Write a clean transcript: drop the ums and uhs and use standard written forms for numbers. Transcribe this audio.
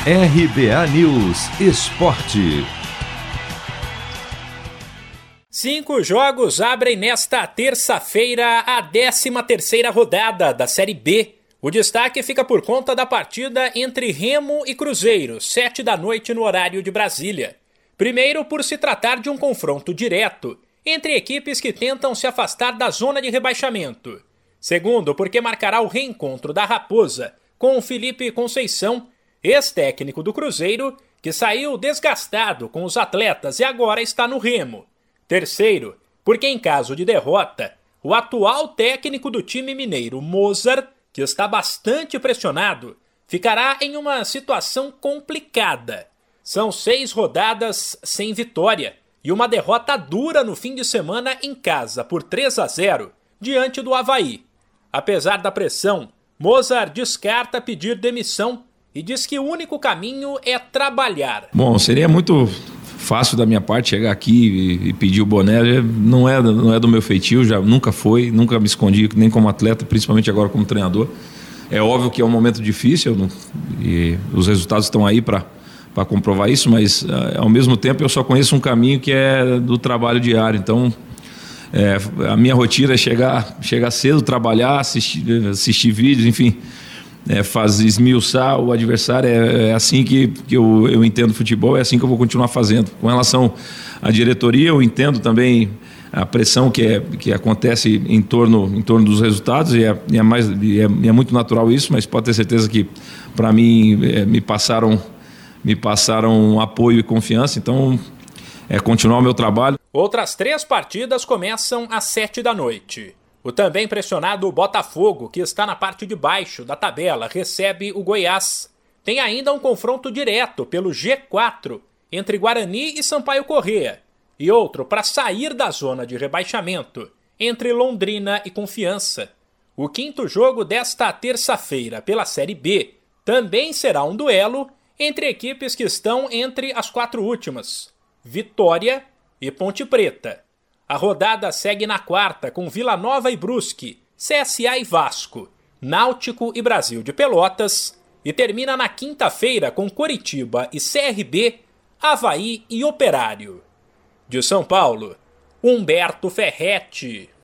RBA News Esporte. 5 jogos abrem nesta terça-feira a 13ª rodada da Série B. O destaque fica por conta da partida entre Remo e Cruzeiro, 19h no horário de Brasília. Primeiro, por se tratar de um confronto direto entre equipes que tentam se afastar da zona de rebaixamento. Segundo, porque marcará o reencontro da Raposa com o Felipe Conceição, ex-técnico do Cruzeiro, que saiu desgastado com os atletas e agora está no Remo. Terceiro, porque em caso de derrota, o atual técnico do time mineiro, Mozart, que está bastante pressionado, ficará em uma situação complicada. São 6 rodadas sem vitória e uma derrota dura no fim de semana em casa por 3-0 diante do Avaí. Apesar da pressão, Mozart descarta pedir demissão e diz que o único caminho é trabalhar. Bom, seria muito fácil da minha parte chegar aqui e pedir o boné. Não é do meu feitio, já nunca foi, nunca me escondi nem como atleta, principalmente agora como treinador. É óbvio que é um momento difícil e os resultados estão aí para comprovar isso, mas ao mesmo tempo eu só conheço um caminho que é do trabalho diário. Então a minha rotina é chegar cedo, trabalhar, assistir vídeos, enfim, esmiuçar o adversário. É assim que eu entendo futebol, é assim que eu vou continuar fazendo. Com relação à diretoria, eu entendo também a pressão que acontece em torno dos resultados, e é muito natural isso, mas pode ter certeza que para mim me passaram apoio e confiança, então continuar o meu trabalho. Outras 3 partidas começam às 19h. O também pressionado Botafogo, que está na parte de baixo da tabela, recebe o Goiás. Tem ainda um confronto direto pelo G4 entre Guarani e Sampaio Corrêa, e outro para sair da zona de rebaixamento entre Londrina e Confiança. O 5º jogo desta terça-feira pela Série B também será um duelo entre equipes que estão entre as 4 últimas, Vitória e Ponte Preta. A rodada segue na quarta com Vila Nova e Brusque, CSA e Vasco, Náutico e Brasil de Pelotas, e termina na quinta-feira com Coritiba e CRB, Avaí e Operário. De São Paulo, Humberto Ferretti.